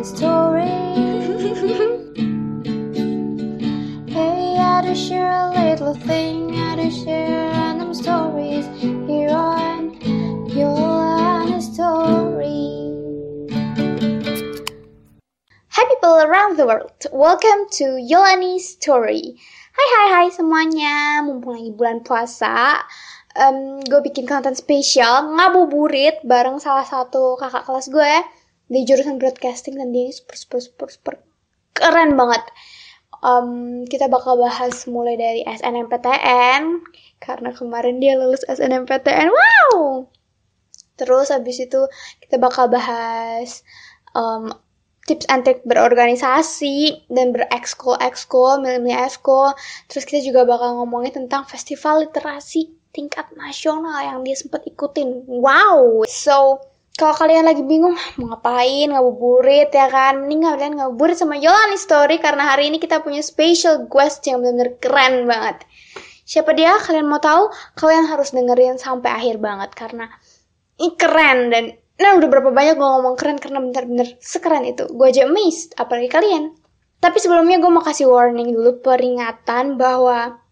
Yolani story. Hey, I do share a little thing, I do share random stories here on Yolani story. Hi people around the world, welcome to Yolani story. Hai semuanya, mumpung lagi bulan puasa, gue bikin konten spesial ngabuburit bareng salah satu kakak kelas gue di jurusan broadcasting, dan dia super keren banget. Kita bakal bahas mulai dari SNMPTN karena kemarin dia lulus SNMPTN. Wow. Terus habis itu kita bakal bahas tips and trik berorganisasi dan berekskul, milih ekskul. Terus kita juga bakal ngomongin tentang festival literasi tingkat nasional yang dia sempat ikutin. Wow. So, kalau kalian lagi bingung mau ngapain, ngabuburit ya kan, mending kalian ngabuburit sama Yolani Story karena hari ini kita punya special guest yang benar-benar keren banget. Siapa dia? Kalian mau tahu? Kalian harus dengerin sampai akhir banget karena ini keren. Dan nah, udah berapa banyak gue ngomong keren karena bener-bener sekeren itu. Gue aja amazed, apalagi kalian. Tapi sebelumnya gue mau kasih warning dulu, peringatan bahwa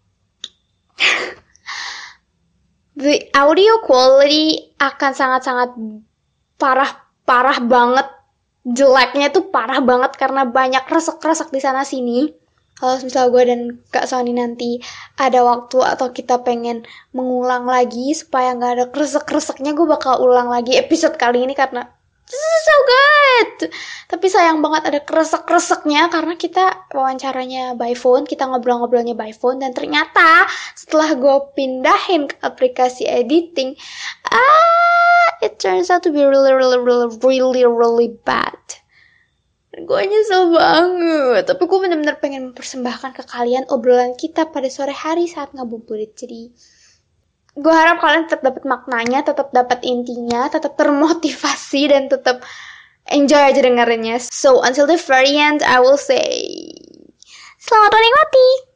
the audio quality akan sangat-sangat parah banget. Jeleknya tuh parah banget karena banyak resek-resek di sana sini. Kalau misal gue dan Kak Sony nanti ada waktu atau kita pengen mengulang lagi supaya gak ada kresek-kreseknya, gue bakal ulang lagi episode kali ini karena this is so good. Tapi sayang banget ada kresek-kreseknya karena kita wawancaranya by phone, kita ngobrol-ngobrolnya by phone, dan ternyata setelah gue pindahin ke aplikasi editing, it turns out to be really bad. Gue nyesel banget, tapi gue bener-bener pengen mempersembahkan ke kalian obrolan kita pada sore hari saat ngabuburit. Jadi gue harap kalian tetap dapat maknanya, tetap dapat intinya, tetap termotivasi, dan tetap enjoy aja dengerinnya. So until the very end, I will say selamat menikmati.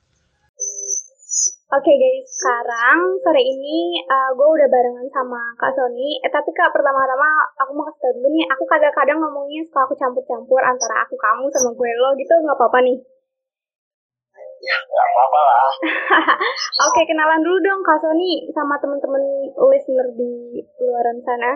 Oke guys, sekarang sore ini gue udah barengan sama Kak Sony. Tapi Kak, pertama-tama aku mau kasih tau dulu nih, aku kadang-kadang ngomongnya suka aku campur-campur antara aku, kamu, sama gue, lo gitu, gak apa-apa nih? Ya, gak apa-apa lah. Oke, kenalan dulu dong Kak Sony sama temen-temen listener di luaran sana.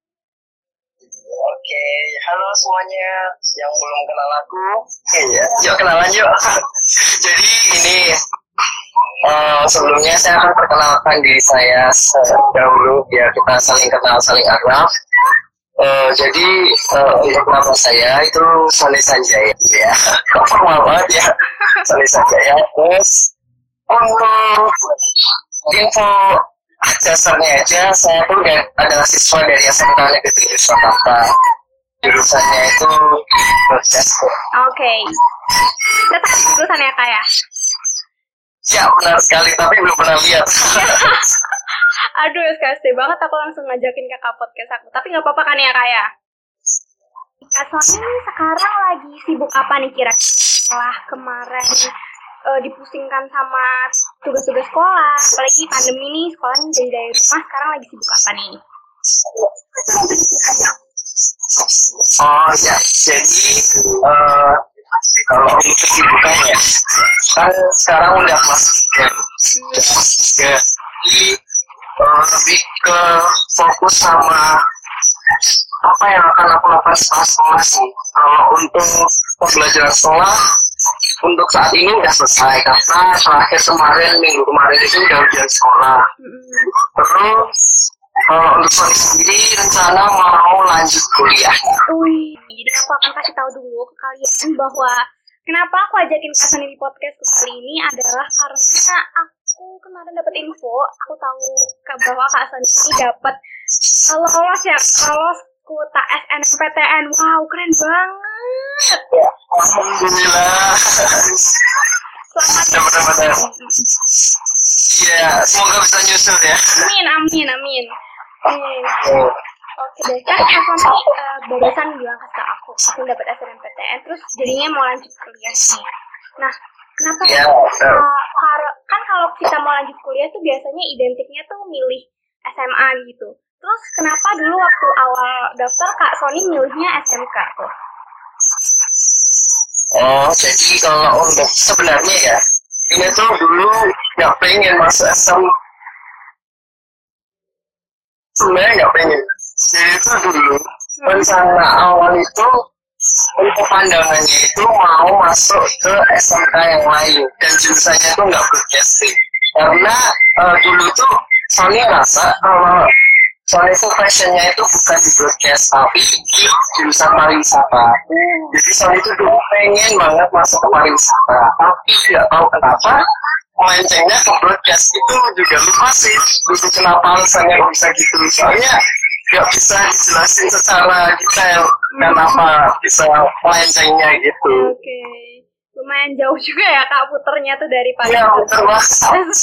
Oke, halo semuanya yang belum kenal aku. Iya, yuk kenalan yuk. Jadi ini sebelumnya saya akan perkenalkan diri saya dahulu biar kita saling kenal, saling akrab. Jadi untuk nama saya itu Sony Sanjaya, ya. Kok formal banget ya, Sony Sanjaya. Terus untuk info dasarnya aja, saya pun adalah siswa dari SMK Negeri Yogyakarta. Jurusannya itu broadcasting. Oke. Tetap jurusannya Kak ya? Ya, benar sekali, tapi belum pernah lihat. Aduh, sekali banget aku langsung ngajakin kakak podcast aku. Tapi gak apa-apa kan ya Kak ya? Kak Sony sekarang lagi sibuk apa nih kira-kira? Setelah kemarin dipusingkan sama tugas-tugas sekolah, apalagi pandemi nih, sekolahnya jadi dari rumah, sekarang lagi sibuk apa nih? Oh ya, jadi kalau untuk kesibukannya, kan sekarang udah kelas 3. Jadi lebih ke fokus sama apa yang akan aku lakukan setelah sekolah sih. Kalau untuk pembelajaran sekolah, untuk saat ini udah selesai karena terakhir minggu kemarin itu udah ujian sekolah. Terus untuk Sony sendiri rencana mau lanjut kuliah. Jadi aku akan kasih tahu dulu ke kalian bahwa kenapa aku ajakin Kak Sony di podcast kali ini adalah karena aku kemarin dapat info, aku tahu bahwa Kak Sony ini dapat lolos kuota SNMPTN. Wow, keren banget. Alhamdulillah. Selamat ya. Benar-benar. Iya, semoga bisa nyusul ya. Amin. Oke deh, kan Kak Sony barusan bilang ke aku dapat SNMPTN, terus jadinya mau lanjut kuliah nih. Nah, kenapa? Ya, kan kalau kita mau lanjut kuliah tuh biasanya identiknya tuh milih SMA gitu. Terus kenapa dulu waktu awal daftar Kak Sony milihnya SMK tuh? Oh, jadi kalau untuk sebenarnya ya, ini tuh dulu nggak pengen masuk SM, sebenarnya nggak pengen. Jadi itu dulu rencana awal itu untuk pandangannya itu mau masuk ke SMK yang lain dan jurusannya tuh nggak broadcasting karena dulu tuh Sony ngerasa kalau Sony itu passionnya itu bukan di broadcast tapi di jurusan pariwisata. Jadi Sony itu dulu pengen banget masuk ke pariwisata tapi nggak tahu kenapa melencengnya ke broadcast itu juga lupa sih dulu kenapa alasannya bisa gitu, soalnya nggak bisa dijelasin secara detail kenapa bisa melencengnya gitu. Oke. Lumayan jauh juga ya Kak puternya tuh dari pagi. Iya, puter banget.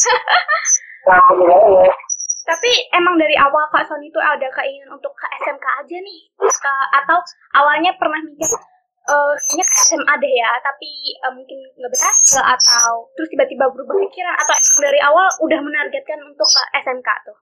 Tapi emang dari awal Kak Sony itu ada keinginan untuk ke SMK aja nih? Atau awalnya pernah mikir kayaknya ke SMA deh ya, tapi mungkin nggak berhasil atau terus tiba-tiba berubah pikiran atau dari awal udah menargetkan untuk ke SMK tuh?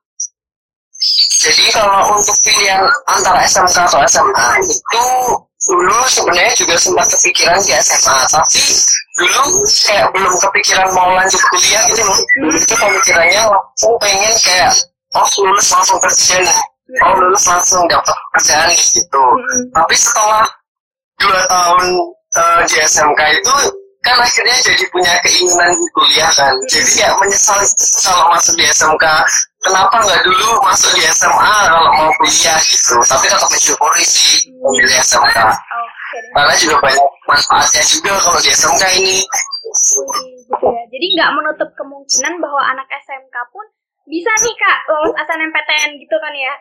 Jadi kalau untuk pilihan antara SMK atau SMA itu dulu sebenarnya juga sempat kepikiran di SMA, tapi dulu kayak belum kepikiran mau lanjut kuliah gitu loh. Dulu itu pemikirannya langsung pengen kayak lulus langsung kerja nih, lulus langsung dapat kerjaan gitu. Tapi setelah 2 tahun di SMK itu kan akhirnya jadi punya keinginan kuliah kan, jadi kayak menyesal kalau masuk di SMK, kenapa nggak dulu masuk di SMA kalau mau kuliah gitu. Tapi tetap mensyukuri sih memilih SMK karena juga banyak manfaatnya juga kalau di SMK ini. Gitu ya. Jadi nggak menutup kemungkinan bahwa anak SMK pun bisa nih Kak lolos SNMPTN gitu kan ya?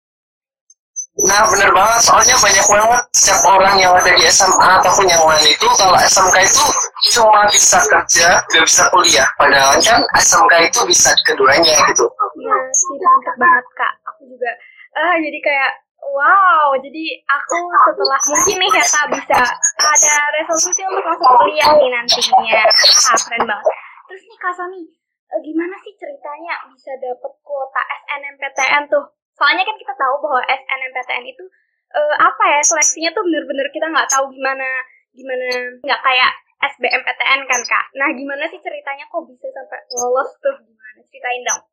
Nah bener banget, soalnya banyak banget setiap orang yang ada di SMA ataupun yang lain itu kalau SMK itu cuma bisa kerja, gak bisa kuliah. Padahal kan SMK itu bisa keduanya gitu. Iya sih, mantap banget Kak. Aku juga jadi kayak wow, jadi aku setelah mungkin nih ya Kak bisa ada resolusi untuk masuk kuliah nih nantinya. Keren banget. Terus nih Kak Sony, gimana sih ceritanya bisa dapet kuota SNMPTN tuh? Soalnya kan kita tahu bahwa SNMPTN itu seleksinya tuh bener-bener kita nggak tahu gimana nggak kayak SBMPTN kan Kak. Nah gimana sih ceritanya kok bisa sampai lolos tuh, gimana ceritain dong?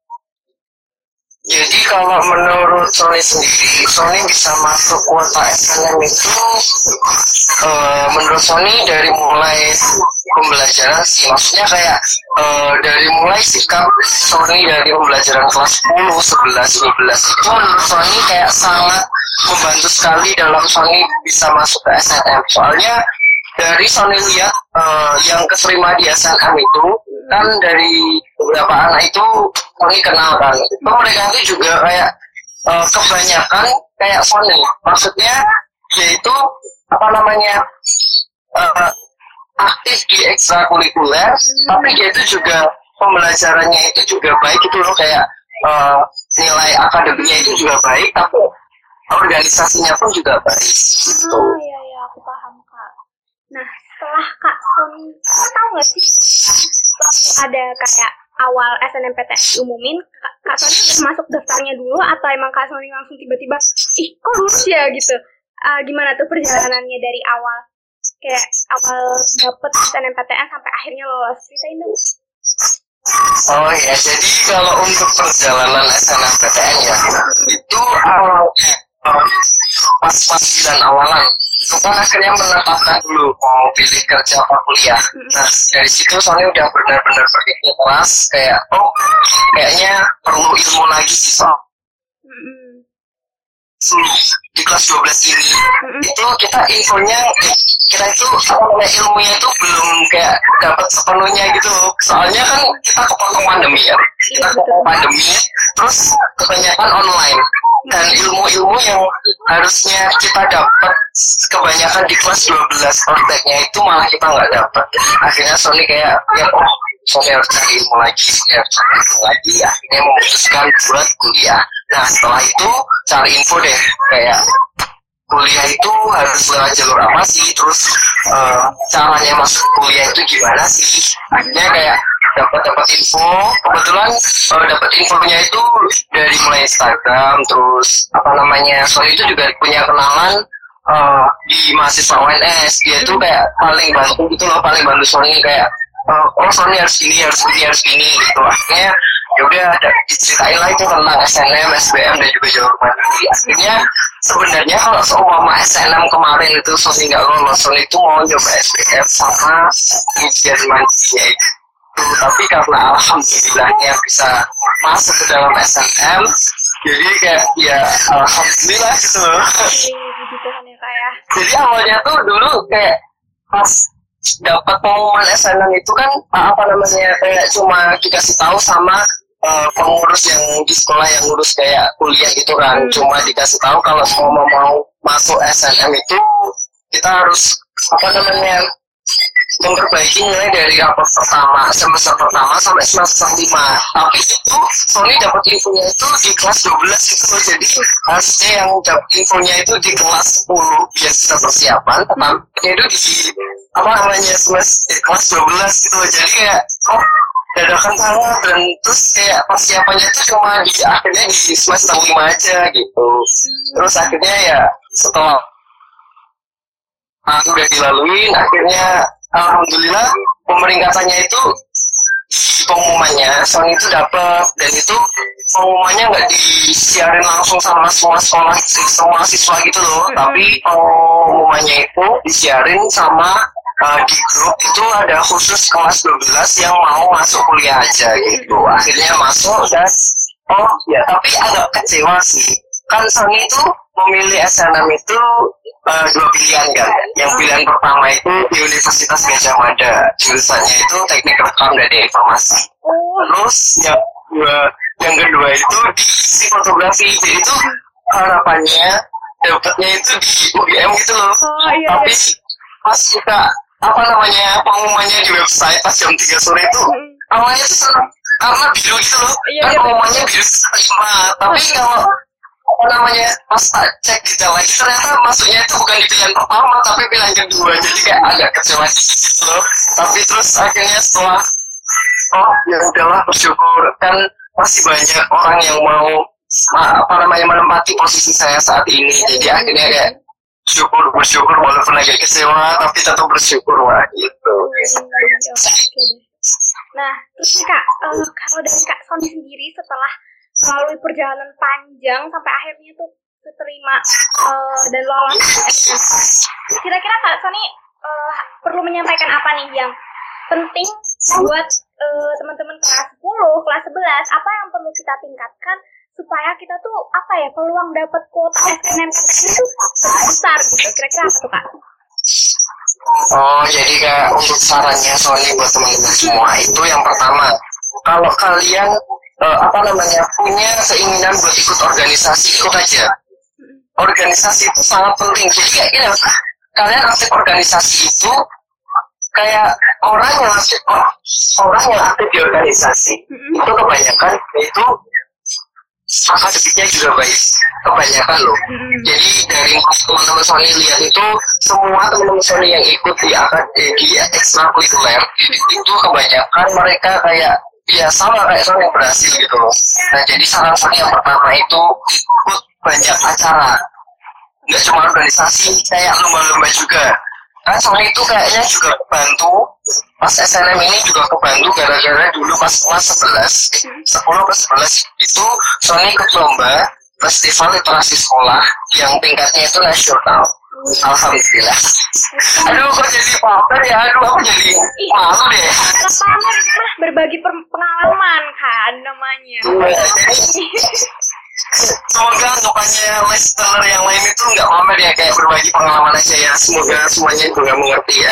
Jadi kalau menurut Sony sendiri, Sony bisa masuk kuota SNM itu menurut Sony dari mulai pembelajaran sih, maksudnya kayak dari mulai sikap Sony dari pembelajaran kelas 10, 11, 12 itu menurut Sony kayak sangat membantu sekali dalam Sony bisa masuk ke SNM. Soalnya dari Sony lihat yang keterima di SNM itu kan dari beberapa anak itu Sony kenal kan, itu mereka itu juga kayak kebanyakan kayak Sony, maksudnya yaitu aktif di ekstrakurikuler, tapi dia itu juga pembelajarannya itu juga baik gitu loh, kayak nilai akademiknya itu juga baik, tapi organisasinya pun juga baik gitu. Oh iya aku paham Kak. Nah setelah Kak Sony tahu nggak sih ada kayak awal SNMPTN diumumin, Kak Sony udah masuk daftarnya dulu atau emang Kak Sony langsung tiba-tiba kok lulus ya gitu? Gimana tuh perjalanannya dari awal kayak awal dapet SNMPTN sampai akhirnya lolos, ceritain dong. Oh ya, jadi kalau untuk perjalanan SNMPTN ya itu awalnya pas 9 awalan itu kan akhirnya menetapkan dulu mau pilih kerja apa kuliah. Nah dari situ Sony udah benar-benar berpikir keras kayak kayaknya perlu ilmu lagi sih di kelas 12 ini itu kita infonya kita itu ilmunya itu belum kayak dapat sepenuhnya gitu, soalnya kan kita kepotong pandemi ya, terus kebanyakan online dan ilmu-ilmu yang harusnya kita dapat kebanyakan di kelas 12 prakteknya itu malah kita nggak dapat. Akhirnya Sony kayak Sony harus cari ilmu lagi, akhirnya memutuskan buat kuliah. Nah setelah itu cari info deh kayak kuliah itu harus lewat jalur apa sih, terus caranya masuk kuliah itu gimana sih. Akhirnya kayak dapat info, kebetulan dapat infonya itu dari mulai Instagram, terus Sony itu juga punya kenalan di mahasiswa UNS dia tuh kayak paling bantu gitu loh, paling bantu Sony kayak oh Sony harus gini gitu. Akhirnya yaudah diceritain lah itu tentang SNM, SBM dan juga jalur mandiri. Akhirnya sebenarnya kalau seumpama SNM kemarin itu Sony nggak lolos, Sony itu mau nyoba SBM sama ujian mandirinya itu. Tapi karena alhamdulillahnya bisa masuk ke dalam SNM, jadi kayak ya alhamdulillah gitu loh. Jadi awalnya tuh dulu kayak pas dapat pengumuman SNM itu kan kayak cuma dikasih tahu sama pengurus yang di sekolah yang ngurus kayak kuliah gitu kan. Cuma dikasih tahu kalau semua mau masuk SNM itu kita harus memperbaiki nilai dari rapor pertama, semester pertama sampai semester 5. Tapi itu Sony dapat infonya itu di kelas 12 gitu loh. Jadi harusnya yang dapat infonya itu di kelas 10 biar kita persiapan, tapi itu di semester kelas 12 gitu loh. Jadi kayak dadakan banget, dan terus kayak persiapannya itu cuma akhirnya di semester 5 aja gitu. Terus akhirnya ya setelah udah dilaluin, akhirnya alhamdulillah pemeringkatannya itu pengumumannya Sony itu dapat, dan itu pengumumannya nggak disiarin langsung sama semua sekolah, semua siswa gitu loh, tapi pengumumannya itu disiarin sama di grup itu ada khusus kelas 12 yang mau masuk kuliah aja gitu. Akhirnya masuk dan tapi agak kecewa sih, kan Sony itu memilih SNM itu 2 pilihan kan. Yang pilihan pertama itu di Universitas Gajah Mada, jurusannya itu Teknik Rekam dan Informasi. Terus yang kedua itu di fotografi. Jadi itu harapannya dapatnya itu di UGM gitu loh. Tapi pas kita pengumumannya di website pas jam 3 sore itu awalnya itu karena biru gitu loh. Kan pengumumannya biru semua. Tapi kalau pas cek detail lagi ternyata masuknya itu bukan di pilihan pertama tapi pilihan kedua, jadi kayak agak kecewa gitu loh. Tapi terus akhirnya setelah ya udahlah, bersyukur kan masih banyak orang yang mau menempati posisi saya saat ini. Jadi akhirnya kayak bersyukur walaupun agak kecewa tapi tetap bersyukur lah gitu. Nah terus Kak, kalau dari Kak Sony sendiri setelah melalui perjalanan panjang sampai akhirnya tuh keterima dan lolos SNM, kira-kira Kak Sony perlu menyampaikan apa nih yang penting buat teman-teman kelas 10, kelas 11, apa yang perlu kita tingkatkan supaya kita tuh peluang dapat kuota SNM itu besar gitu, kira-kira apa tuh Kak? Jadi kayak untuk sarannya Sony buat teman-teman semua itu yang pertama, kalau kalian punya keinginan buat ikut organisasi, ikut aja. Organisasi itu sangat penting. Jadi kayak gini, kalian aktif organisasi itu kayak orang yang aktif di organisasi itu kebanyakan itu akademiknya juga baik, kebanyakan loh. Jadi dari teman-teman Sony lihat itu semua teman-teman Sony yang ikut di ekstrakurikuler itu kebanyakan mereka kayak ya sama kayak Sony yang berhasil gitu loh. Nah jadi saran Sony yang pertama itu ikut banyak acara, nggak cuma organisasi, kayak lomba-lomba juga. Kan Sony itu kayaknya juga bantu pas SNM ini juga kebantu gara-gara dulu pas kelas 10 ke 11 itu Sony ikut lomba festival literasi sekolah yang tingkatnya itu nasional. Alhamdulillah. Aduh, kok jadi pamer ya? Aku jadi malu deh. Pamer mah berbagi pengalaman kan namanya. Semoga bukannya listener yang lain itu nggak pamer ya, kayak berbagi pengalaman aja ya. Semoga semuanya juga mengerti ya.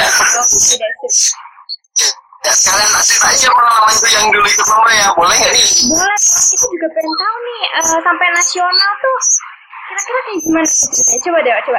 Ya sekalian kasih aja pengalaman itu yang dulu ikut lomba ya, boleh nggak nih? Boleh. Kita juga pengen tahu nih sampai nasional tuh kira-kira kayak gimana? Coba.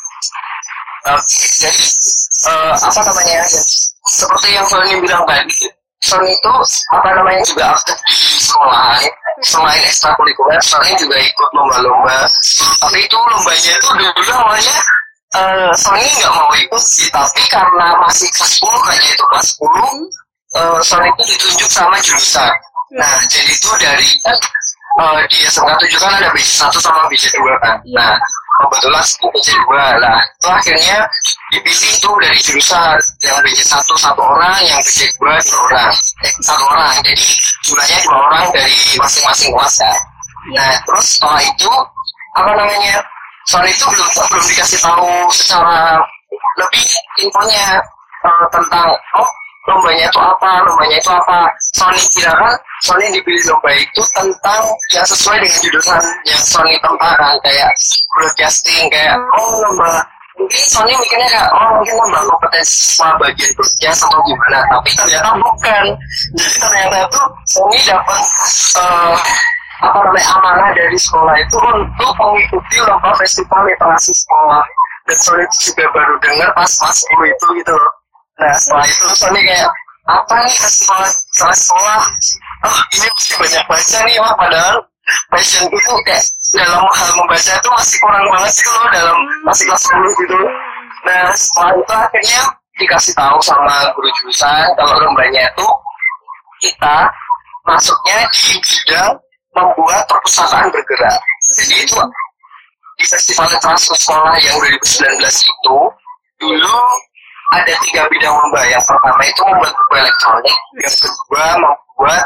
Jadi ya, seperti yang Sony bilang tadi, Sony itu juga aktif di sekolah. Selain ekstrakurikuler, Sony juga ikut lomba-lomba. Tapi itu lombanya itu dulu awalnya Sony nggak mau ikut sih, tapi karena masih kelas 10 kayaknya itu kelas 10, Sony itu ditunjuk sama jurusan. Nah jadi itu dari di SMK 7 kan ada BC 1 sama BC 2 kan. Nah kebetulan aku BC2 lah. Itu akhirnya dipilih itu dari jurusan, yang BC1 satu orang, yang BC2 dua orang, satu orang. Jadi jumlahnya dua orang dari masing-masing kelas ya. Nah terus setelah itu apa namanya, soal itu belum dikasih tahu secara lebih infonya tentang lombanya itu apa. Sony kira kan Sony dipilih lomba itu tentang yang sesuai dengan jurusan yang Sony tempat, kayak broadcasting, kayak lomba, mungkin Sony mikirnya kayak mungkin lomba kompetensi bagian broadcast atau gimana, tapi ternyata bukan. Jadi ternyata itu Sony dapat amanah dari sekolah itu untuk mengikuti lomba festival literasi sekolah, dan Sony juga baru dengar pas 10 itu gitu loh. Nah setelah itu Sony kayak apa nih festival sekolah, ini mesti banyak baca nih Wak, padahal passion itu kayak dalam hal membaca itu masih kurang banget sih loh, dalam masih kelas 10 gitu. Nah setelah itu akhirnya dikasih tahu sama guru jurusan kalau lombanya itu kita masuknya di bidang membuat perpustakaan bergerak. Jadi itu di festival literasi sekolah yang 2019 itu dulu ada 3 bidang lomba. Yang pertama itu membuat buku elektronik, yang kedua membuat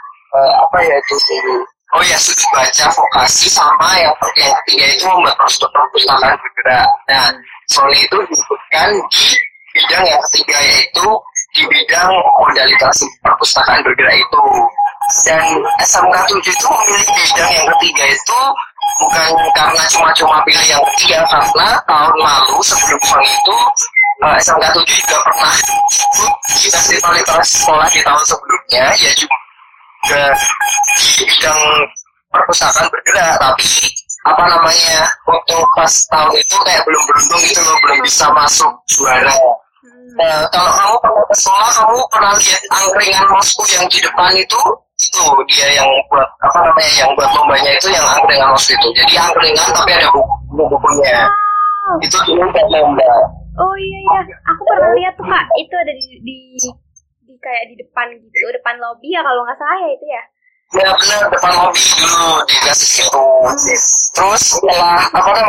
sudut baca vokasi, sama yang ketiga itu membuat perpustakaan bergerak. Nah Sony itu disebutkan di bidang yang ketiga, yaitu di bidang modalitas perpustakaan bergerak itu. Dan SMK 7 itu memilih bidang yang ketiga itu bukan karena cuma pilih yang ketiga, karena tahun lalu sebelum Sony itu SMK 7 juga pernah ikut di festival literasi sekolah di tahun sebelumnya, ya juga di bidang perpustakaan bergerak, tapi untuk pas tahun itu kayak belum beruntung gitu loh, belum bisa masuk juara. Nah, kalau kamu pernah ke sekolah, kamu pernah lihat angkringan mosku yang di depan itu dia yang buat yang buat lombanya itu, yang angkringan mosku itu. Jadi angkringan tapi ada buku-bukunya. Itu dulu kayak lomba. Oh iya, aku pernah lihat tuh Kak, itu ada di kayak di depan gitu, depan lobi ya kalau nggak salah ya itu ya. Ya benar, depan lobi dulu dikasih itu. Terus setelah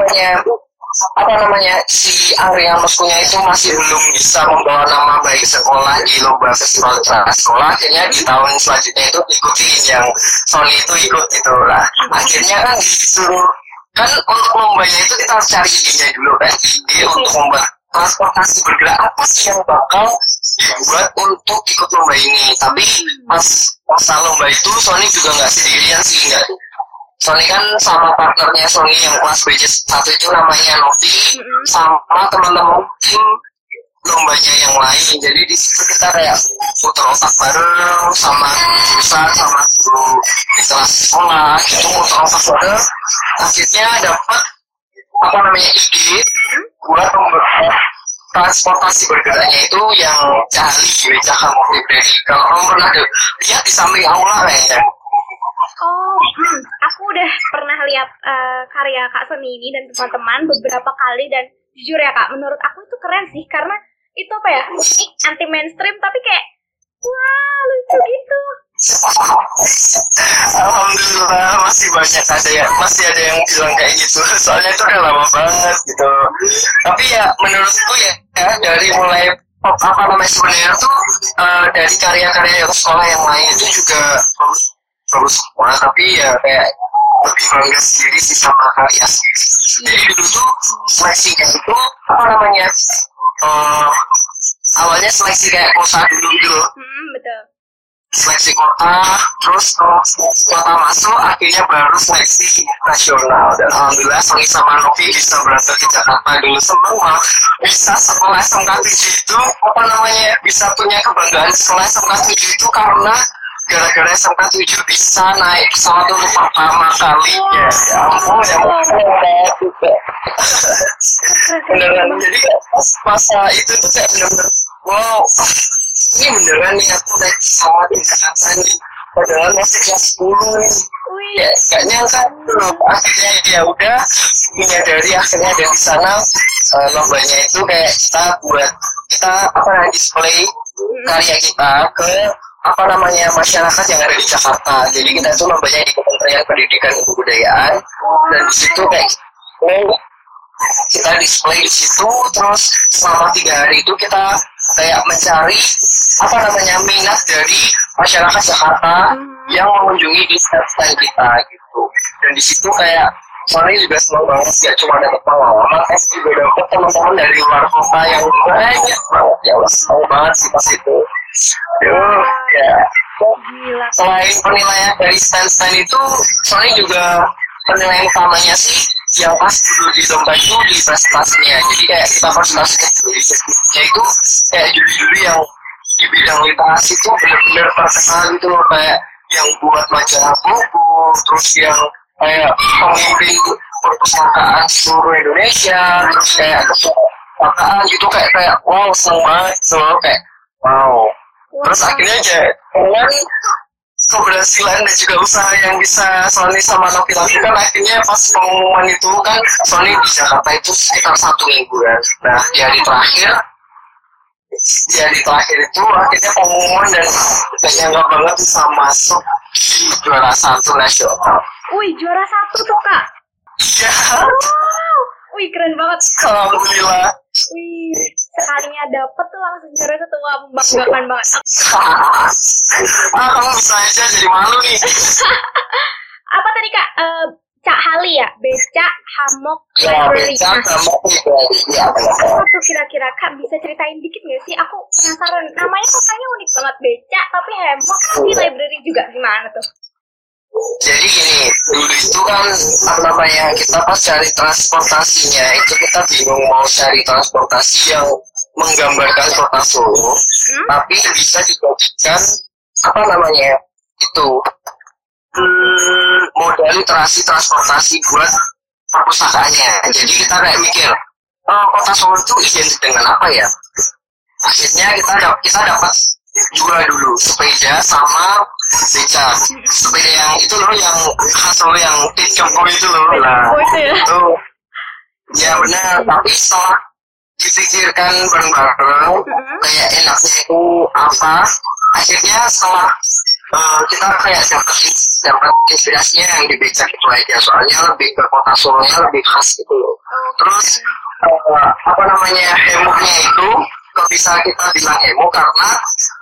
si angkringan moskunya itu masih belum bisa membawa nama baik sekolah di lomba festival literasi sekolah, akhirnya di tahun selanjutnya itu ikutin yang Sony itu ikut gitu lah. Akhirnya kan disuruh, kan untuk lombanya itu kita harus cari idenya dulu kan, ide untuk lomba transportasi bergerak apa sih yang bakal dibuat untuk ikut lomba ini. Tapi pas masa lomba itu Sony juga nggak sendirian sih, nggak. Sony kan sama partnernya Sony yang kelas BC1 itu namanya Novi, sama teman-teman tim lombanya yang lain. Jadi di situ kita kayak putar otak bareng sama jurusan, sama guru literasi sekolah gitu, putar otak bareng. Akhirnya dapat ide buat membuat transportasi bergeraknya itu yang Cahali Library. Kalau kamu pernah lihat di samping aula kayaknya. Aku udah pernah lihat karya Kak Sony ini dan teman-teman beberapa kali, dan jujur ya Kak, menurut aku itu keren sih, karena itu unik, anti mainstream, tapi kayak wah lucu gitu. Alhamdulillah masih ada yang bilang kayak gitu, soalnya itu udah lama banget gitu. Tapi ya menurutku ya dari mulai sebenarnya tuh dari karya-karya yang sekolah yang lain itu juga bagus semua, tapi ya kayak lebih bangga sendiri sih sama karya sendiri. Jadi dulu tuh seleksinya itu awalnya seleksi kayak kota dulu gitu. Betul. Seleksi kota, terus kalau kota masuk akhirnya baru seleksi nasional. Dan alhamdulillah Sony sama Novi bisa berangkat ke Jakarta dulu semua, bisa sekolah SMK 7 itu bisa punya kebanggaan sekolah SMK 7 itu karena gara-gara SMK 7 bisa naik pesawat untuk pertama kalinya. Ya ampun juga. Beneran, jadi masa itu tuh kayak bener-bener wow, ini beneran nih aku naik pesawat di Jakarta nih, padahal masih kelas 10 nih. Ya gak nyangka tuh. Akhirnya ya udah menyadari akhirnya dari sana lombanya itu kayak kita display karya kita ke masyarakat yang ada di Jakarta. Jadi kita tuh lombanya di Kementerian Pendidikan dan Kebudayaan, dan di situ kayak kita display di situ. Terus selama 3 hari itu kita kayak mencari minat dari masyarakat Jakarta yang mengunjungi di stand kita gitu. Dan di situ kayak soalnya juga senang banget, gak cuma dapat pengalaman, tapi juga dapat teman-teman dari luar kota yang banyak banget. Ya Allah, senang banget sih pas itu. Ya. Selain penilaian dari stand-stand itu, soalnya juga penilaian utamanya sih yang pas dulu di lomba itu di prestasinya. Jadi kayak kita presentasi ke juri-jurinya itu kayak juri-juri yang di bidang literasi itu benar-benar terkenal gitu loh, kayak yang buat majalah buku, terus yang kayak pemimpin perpustakaan seluruh Indonesia, terus kayak perpustakaan gitu, kayak wow, seneng banget gitu loh, kayak wow. Terus akhirnya aja dengan keberhasilan dan juga usaha yang bisa Sony sama Novi lakukan, akhirnya pas pengumuman itu kan Sony di Jakarta itu sekitar 1 mingguan. Nah di hari terakhir itu akhirnya pengumuman dan gak nyangka banget bisa masuk di juara 1 nasional. Wih, juara 1 tuh Kak? Iya. Wow, wih keren banget. Alhamdulillah. Wih, sekalinya dapet tuh langsung juara 1, wah membanggakan banget. Kamu bisa aja jadi malu nih. Apa tadi Kak? Cak Hali ya? Becak Hamok Ya, Library. Becak Hamok Library. Ya, apa tuh kira-kira Kak, bisa ceritain dikit gak sih? Aku penasaran, namanya kayaknya unik banget, Becak tapi Hamok tapi library juga, gimana tuh? Jadi gini, dulu itu kan kita pas cari transportasinya itu kita bingung mau cari transportasi yang menggambarkan kota Solo, tapi bisa dijadikan itu modal transportasi buat perpustakaannya. Jadi kita kayak mikir, kota Solo itu identik dengan apa ya? Akhirnya kita dapat 2 dulu, sepeda sama beca. Sepeda yang itu loh, yang khas loh, yang Jompo itu loh. Nah, itu ya benar. Tapi setelah dipikirkan bareng-bareng kayak enaknya itu apa, akhirnya setelah kita kayak dapat inspirasinya yang di becak itu aja, soalnya lebih ke kota Solo-nya lebih khas gitu loh. Terus hemoknya itu kok bisa kita bilang hemok karena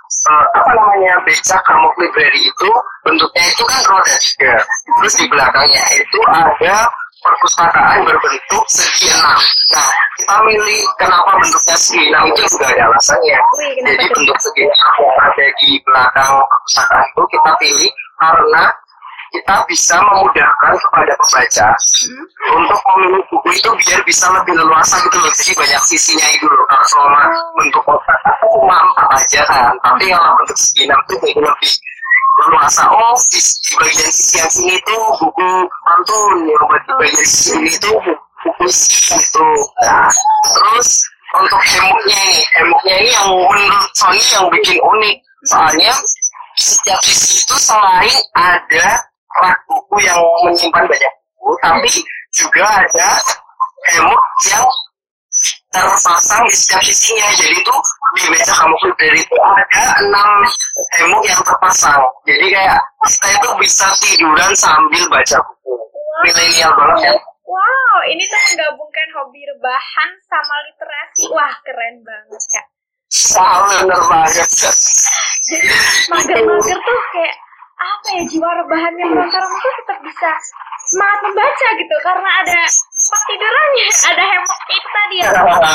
becak Hamok Library itu bentuknya itu kan roda 3. Terus di belakangnya itu ada perpustakaan berbentuk segi 6. Nah, kita milih kenapa bentuknya segi 6 itu juga ada alasannya. Jadi bentuk segi 6 yang ada di belakang perpustakaan itu kita pilih karena kita bisa memudahkan kepada pembaca untuk memilih buku itu biar bisa lebih leluasa gitu loh. Jadi banyak sisinya itu loh. Kalau selama bentuk kotak itu cuma 4 aja kan, tapi kalau bentuk segi 6 itu jadi lebih leluasa. Oh, di bagian sisi yang sini tuh buku pantun, yang di bagian sini itu buku isi gitu. Nah, terus untuk hemoknya ini yang menurut Sony yang bikin unik, soalnya setiap sisi itu selain ada rak buku yang menyimpan banyak buku, tapi juga ada hemok yang terpasang di setiap sisinya. Jadi itu di becak Hamok Library itu ada 6 hemok yang terpasang. Jadi kayak kita itu bisa tiduran sambil baca buku. Milenial banget ya. Wow, ini tuh menggabungkan hobi rebahan sama literasi. Wah, keren banget Kak. Bener banget. Jadi mager-mager tuh kayak apa ya, jiwa rebahannya meronta-ronta tuh tetap bisa semangat membaca gitu karena ada tempat tidurannya, ada hemoknya itu tadi ya.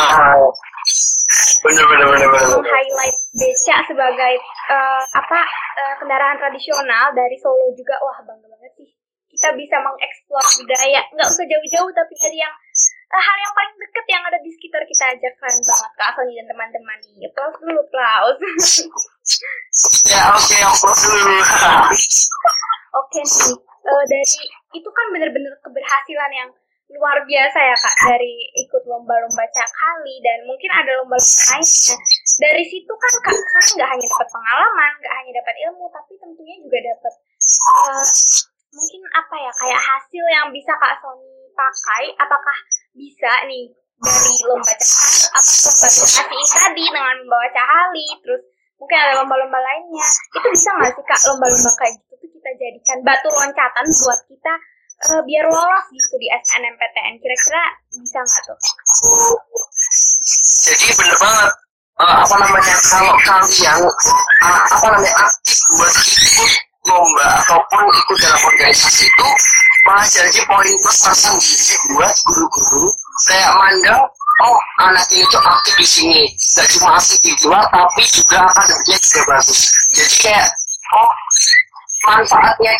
Bener. Highlight beca sebagai kendaraan tradisional dari Solo juga, wah bangga banget sih. Kita bisa mengeksplor budaya, nggak usah jauh-jauh tapi dari yang hal yang paling deket yang ada di sekitar kita aja. Keren banget Kak Sony dan teman-teman nih. Applause dulu, applause. Ya oke, applause dulu. Oke nih, dari itu kan bener-bener keberhasilan yang luar biasa ya Kak, dari ikut lomba-lomba Cak Hali dan mungkin ada lomba-lomba lainnya. Dari situ kan Kak Sony nggak hanya dapat pengalaman, nggak hanya dapat ilmu, tapi tentunya juga dapat mungkin kayak hasil yang bisa Kak Sony pakai. Apakah bisa nih dari lomba Cak Hali, lomba tadi dengan membawa Cak Hali, terus mungkin ada lomba-lomba lainnya, itu bisa nggak sih Kak lomba-lomba kayak gitu tuh kita jadikan batu loncatan buat kita biar lolos gitu di SNMPTN, kira-kira bisa nggak tuh? Jadi bener banget, apa namanya, kalau kalian aktif buat ikut lomba ataupun ikut dalam organisasi itu malah jadi poin plus tersendiri buat guru-guru kayak mandang, oh anak ini tuh aktif di sini, gak cuma asik di luar tapi juga akademiknya juga bagus. Jadi kayak, oh manfaatnya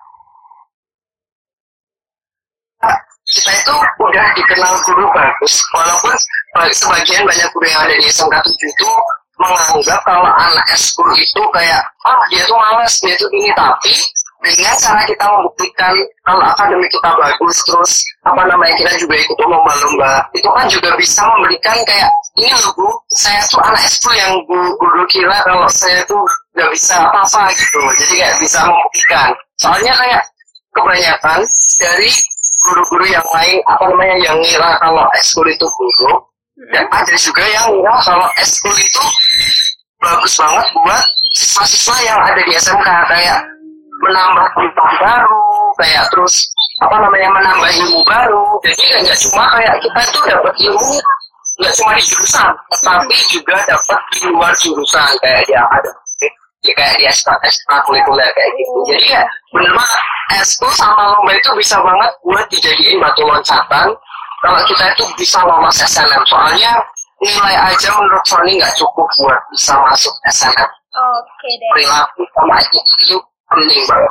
kita itu udah dikenal guru bagus, walaupun sebagian banyak guru yang ada di SMK 7 itu menganggap kalau anak eskul itu kayak, dia tuh malas, dia tuh ini, tapi dengan cara kita membuktikan kalau akademik kita bagus, terus apa namanya, kita juga ikut lomba-lomba, itu kan juga bisa memberikan kayak, ini loh Bu, saya tuh anak eskul yang guru kira kalau saya tuh gak bisa apa-apa gitu. Jadi kayak bisa membuktikan, soalnya kayak kebanyakan dari guru-guru yang lain, apa namanya, yang ngira kalau eskul itu buruk, dan ada juga yang ngira kalau eskul itu bagus banget buat siswa-siswa yang ada di SMK, kayak menambah pengetahuan baru, kayak terus apa namanya, menambah ilmu baru. Jadi nggak cuma kayak kita tuh dapat ilmu nggak cuma di jurusan, tapi juga dapat di luar jurusan, kayak di akademik, kayak di ekstrakurikuler kayak gitu. Jadi ya bener banget, eskul sama lomba itu bisa banget buat dijadiin batu loncatan kalau kita itu bisa lolos SNM. Soalnya nilai aja menurut Sony nggak cukup buat bisa masuk SNM. Oke deh. Perilaku sama itu penting banget.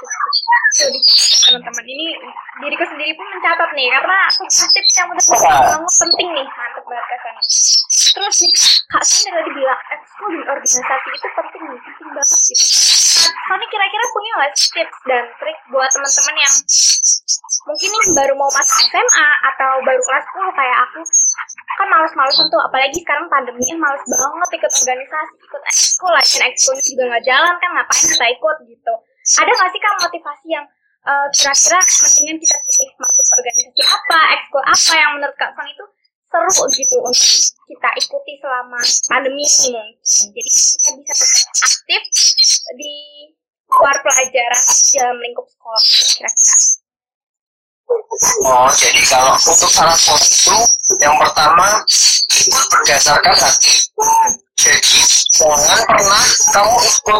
Jadi teman-teman, ini diriku sendiri pun mencatat nih, karena tips yang udah banget penting nih, mantep banget Kak Sony. Terus nih, Kak Sony tadi bilang ekskul di organisasi itu penting nih, penting banget gitu. Sony kira-kira punya nggak tips dan trik buat teman-teman yang mungkin nih baru mau masuk SMA atau baru kelas 10 kayak aku, kan males-malesan tuh, apalagi sekarang pandeminya males banget ikut organisasi, ikut ekskul lah, dan ekskulnya juga nggak jalan kan, ngapain kita ikut gitu. Ada nggak sih Kak motivasi yang kira-kira mendingan kita pilih masuk organisasi apa, ekskul apa yang menurut Kak Sony itu seru gitu untuk kita ikuti selama pandemi ini mungkin. Jadi kita bisa aktif di luar pelajaran dalam lingkup sekolah kira-kira. Oh, jadi kalau untuk saran itu yang pertama itu berdasarkan hati. Jadi jangan pernah kamu ikut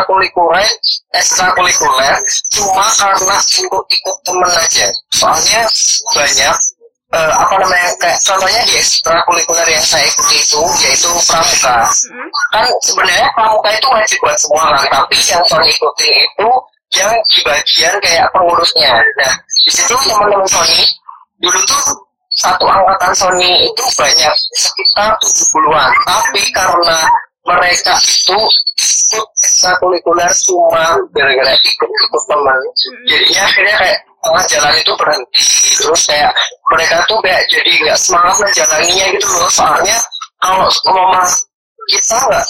ekstrakurikuler cuma karena ikut temen aja. Soalnya banyak apa namanya, kayak contohnya di ekstrakurikuler yang saya ikuti itu yaitu pramuka. Kan sebenarnya pramuka itu wajib buat semua orang, tapi yang Sony ikutin itu yang di bagian kayak pengurusnya. Nah, di situ teman-teman Sony dulu tuh satu angkatan Sony itu banyak sekitar 70-an, tapi karena mereka itu ikut ekstrakurikuler cuma gara-gara ikut teman, jadinya akhirnya kayak tengah jalan itu berhenti, terus kayak mereka tuh kayak jadi nggak semangat menjalaninya gitu loh. Soalnya kalau umpama kita nggak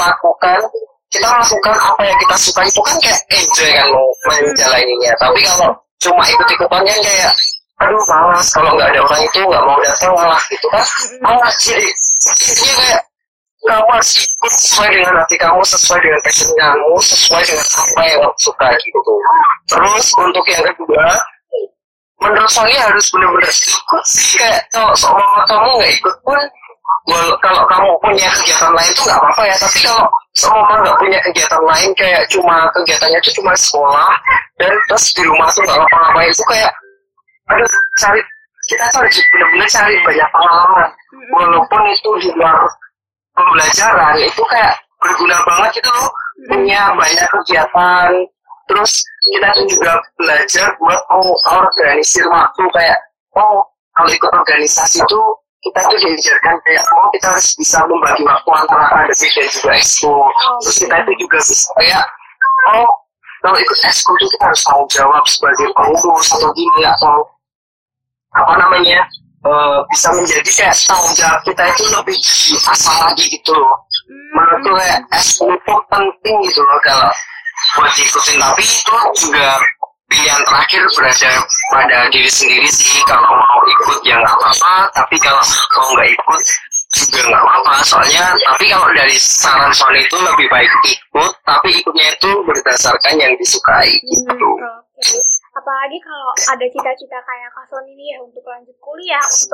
kita melakukan apa yang kita suka itu kan kayak enjoy kan mau menjalaninya. Tapi kalau cuma ikut-ikutan kan kayak aduh malas, kalau nggak ada orang itu nggak mau datang malah gitu kan, malas. Jadi kayak kamu harus ikut sesuai dengan hati kamu, sesuai dengan passion kamu, sesuai dengan apa yang kamu suka gitu. Terus untuk yang kedua, menurut saya harus benar-benar ikut sih. Kayak kalau seumur kamu nggak ikut pun, kalau kamu punya kegiatan lain tuh nggak apa-apa ya. Tapi kalau seumur nggak punya kegiatan lain, kayak cuma kegiatannya itu cuma sekolah dan terus di rumah tuh nggak ngapa-ngapain, itu kayak aduh, kita tuh harus benar-benar cari banyak pengalaman, walaupun itu di luar pembelajaran, itu kayak berguna banget gitu loh, punya banyak kegiatan. Terus kita tuh juga belajar buat organisir waktu, kayak kalau ikut organisasi itu kita tuh diajarkan kayak kita harus bisa membagi waktu antara akademik dan juga ekskul. Terus kita itu juga bisa kayak kalau ikut ekskul itu kita harus tanggung jawab sebagai pengurus atau gini, atau apa namanya, bisa menjadi kayak tanggung jawab kita itu lebih asal lagi gitu loh. Menurutku kayak ekskul itu penting gitu loh kalau buat diikutin, tapi itu juga pilihan terakhir berada pada diri sendiri sih. Kalau mau ikut ya nggak apa-apa, tapi kalau mau nggak ikut juga nggak apa-apa. Soalnya tapi kalau dari saran Sony itu lebih baik ikut, tapi ikutnya itu berdasarkan yang disukai gitu. Apalagi kalau ada cita-cita kayak Kak Sony ini ya, untuk lanjut kuliah, untuk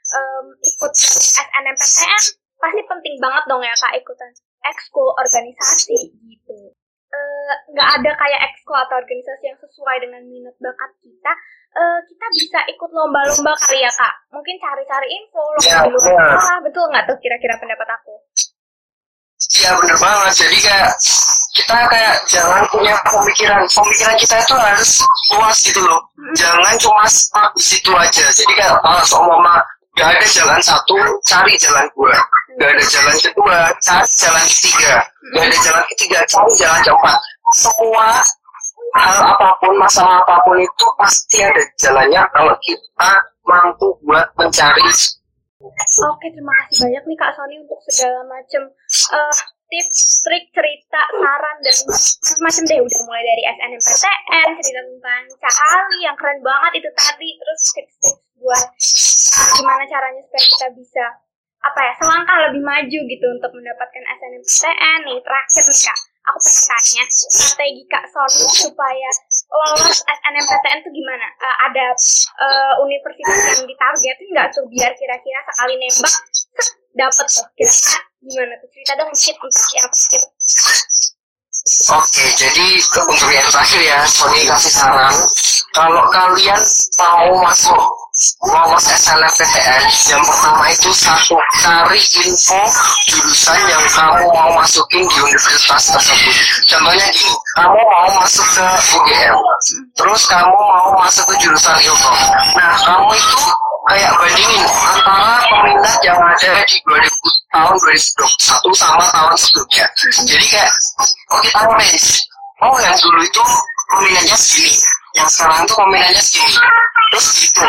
ikut SNMPTN pasti penting banget dong ya Kak ikutan ekskul organisasi gitu. Nggak ada kayak ekskul atau organisasi yang sesuai dengan minat bakat kita, kita bisa ikut lomba-lomba kali ya Kak. Mungkin cari-cari info lomba di luar sekolah, betul nggak tuh kira-kira pendapat aku? Iya bener banget. Jadi kayak kita kayak jangan punya pemikiran kita itu harus luas gitu loh. Jangan cuma stuck di situ aja. Jadi kayak seumpama gak ada jalan satu, cari jalan dua. Gak ada jalan kedua, cari jalan ketiga. Gak ada jalan ketiga, cari jalan keempat. Semua hal apapun, masalah apapun itu pasti ada jalannya kalau kita mampu buat mencari. Oke, terima kasih banyak nih Kak Sony untuk segala macam tips, trik, cerita, saran, dan macam-macam deh. Udah mulai dari SNMPTN, cerita tentang Kak Ali yang keren banget itu tadi, terus tips-tips buat gimana caranya supaya kita bisa selangkah lebih maju gitu untuk mendapatkan SNMPTN. Nih terakhir nih Kak, aku pengen tanya strategi Kak Sony supaya lolos SNMPTN tuh gimana? Ada universitas yang ditargetin nggak tuh biar kira-kira sekali nembak dapet tuh? Kira-kira gimana tuh? Cerita dong dikit untuk siapa sih? Oke, jadi untuk yang terakhir ya, Sony kasih saran. Kalau kalian mau masuk lolos SNMPTN, yang pertama itu satu, cari info jurusan yang kamu mau masukin di universitas tersebut. Contohnya gini, kamu mau masuk ke UGM, terus kamu mau masuk ke jurusan ilmu. Nah, kamu itu kayak bandingin antara peminat yang ada di tahun 2021 sama tahun sebelumnya. Jadi kayak, kita range. Yang dulu itu peminatnya segini, yang sekarang itu peminatnya segini. Terus gitu.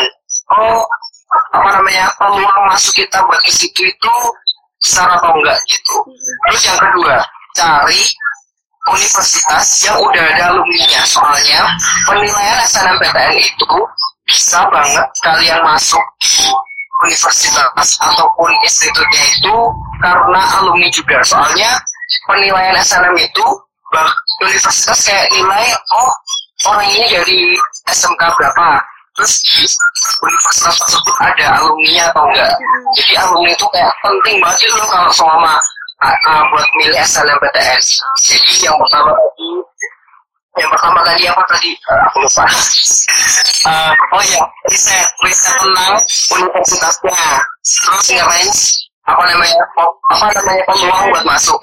Peluang masuk kita buat ke situ itu besar atau enggak gitu. Terus yang kedua, cari universitas yang udah ada alumni-nya. Soalnya penilaian SNMPTN itu bisa banget kalian masuk di universitas ataupun institutnya itu karena alumni juga. Soalnya penilaian SNM itu universitas kayak nilai orang ini dari SMK berapa, terus di universitas tersebut ada alumni atau enggak. Jadi alumni itu kayak penting banget loh kalau selama buat milih SNMPTN. Jadi yang pertama tadi apa tadi? Aku lupa. Riset tentang universitasnya. Terus ngapain? Peluang buat masuk.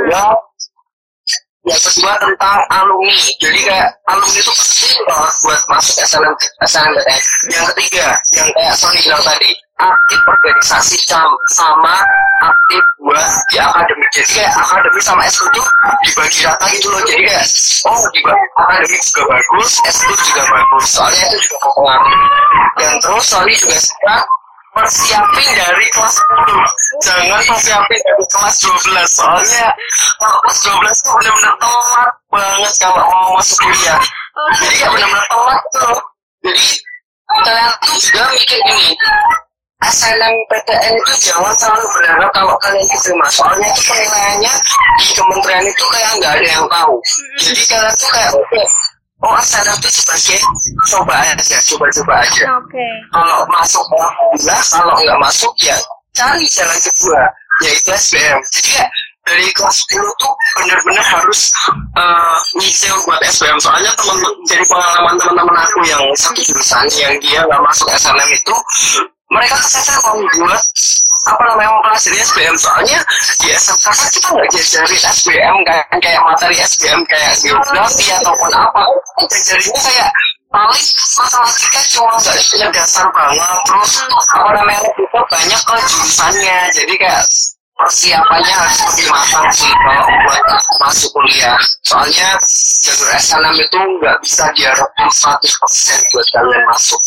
Yang kedua tentang alumni. Jadi kayak alumni itu penting banget buat masuk SNMPTN. Yang ketiga, yang kayak Sony bilang tadi, aktif organisasi sama aktif buat di akademik. Jadi kayak akademik sama eskul itu dibagi rata gitu loh. Jadi kayak di akademik juga bagus, eskul juga bagus. Soalnya itu juga berpengaruh. Dan terus Sony juga suka persiapin dari kelas 10. Jangan persiapin dari kelas 12. Soalnya kalau kelas 12 itu benar-benar telat banget kalau mau masuk kuliah. Jadi kayak benar-benar telat tuh. Jadi kalian tuh juga mikir gini, SNMPTN itu jangan selalu berharap kalau kalian diterima. Soalnya itu penilaiannya di kementerian itu kayak nggak ada yang tahu. Jadi kalian tuh kayak SNM itu sebagai coba aja. Kalau masuk alhamdulillah, kalau nggak masuk ya cari jalan kedua, yaitu SBM. Jadi kayak dari kelas 10 tuh benar-benar harus nyicil buat SBM. Soalnya dari pengalaman teman-teman aku yang satu jurusan yang dia nggak masuk SNM itu, mereka kesasar mau buat mempelajari SBM. Soalnya di SMK kan kita nggak diajarin SBM kayak materi SBM kayak geografi ataupun apa. Diajarinnya kayak paling matematika cuma nggak punya dasar banget. Terus itu banyak ke jurusannya. Jadi kayak persiapannya harus lebih matang sih kalau buat masuk kuliah. Soalnya jalur SNM itu nggak bisa diharapkan 100% buat kalian masuk.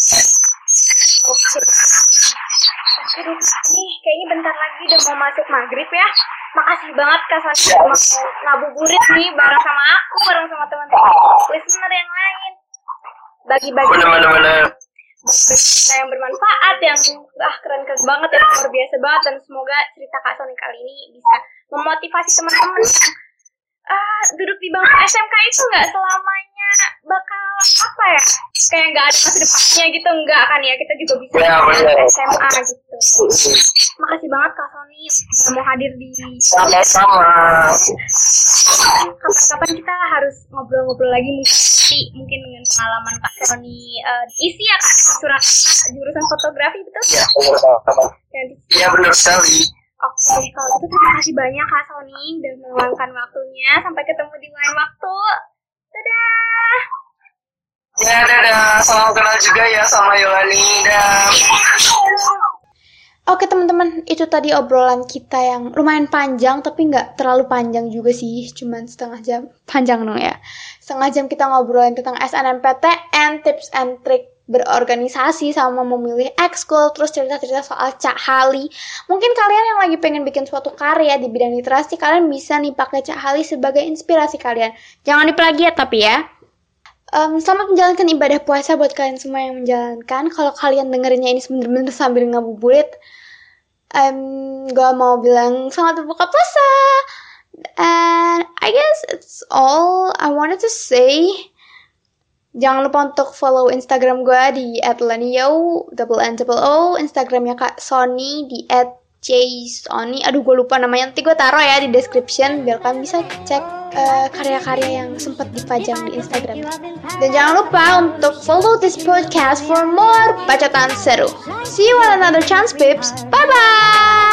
Aduh, nih kayaknya bentar lagi udah mau masuk maghrib ya. Makasih banget Kak Sony mau ngabuburit nih bareng sama aku, bareng sama teman-teman listener yang lain. Bagi-bagi cerita yang bermanfaat, yang keren-keren banget, yang luar biasa banget. Dan semoga cerita Kak Sony kali ini bisa memotivasi teman-teman yang duduk di bangku SMK itu nggak selamanya bakal kayak nggak ada masa depannya gitu, enggak kan ya, kita juga bisa SMA gitu. Makasih banget Kak Sony udah mau hadir di Sama-sama. kapan-kapan kita harus ngobrol-ngobrol lagi mungkin dengan pengalaman Kak Sony isi ya Kak surat jurusan fotografi betul? Iya, iya benar sekali. Oke, kalau gitu terima kasih banyak Kak Sony udah meluangkan waktunya. Sampai ketemu di lain waktu. Dadah. Ya, dadah. Salam kenal juga ya sama Yolani. Dah. Oke teman-teman, itu tadi obrolan kita yang lumayan panjang, tapi nggak terlalu panjang juga sih, cuman setengah jam. Panjang dong ya. Setengah jam kita ngobrolin tentang SNMPTN, tips and trick berorganisasi sama memilih ekskul, terus cerita-cerita soal Cak Hali. Mungkin kalian yang lagi pengen bikin suatu karya di bidang literasi, kalian bisa nih pakai Cak Hali sebagai inspirasi kalian. Jangan diplagiat tapi ya. Selamat menjalankan ibadah puasa buat kalian semua yang menjalankan. Kalau kalian dengerinnya ini bener-bener sambil ngabuburit, gue mau bilang selamat berbuka puasa. And I guess it's all I wanted to say. Jangan lupa untuk follow Instagram gue di @lanio_, Instagramnya Kak Sony di @jsony. Aduh gue lupa namanya, nanti gue taruh ya di description biar kalian bisa cek karya-karya yang sempat dipajang di Instagram. Dan jangan lupa untuk follow this podcast for more bacotan seru. See you on another chance, peeps. Bye bye.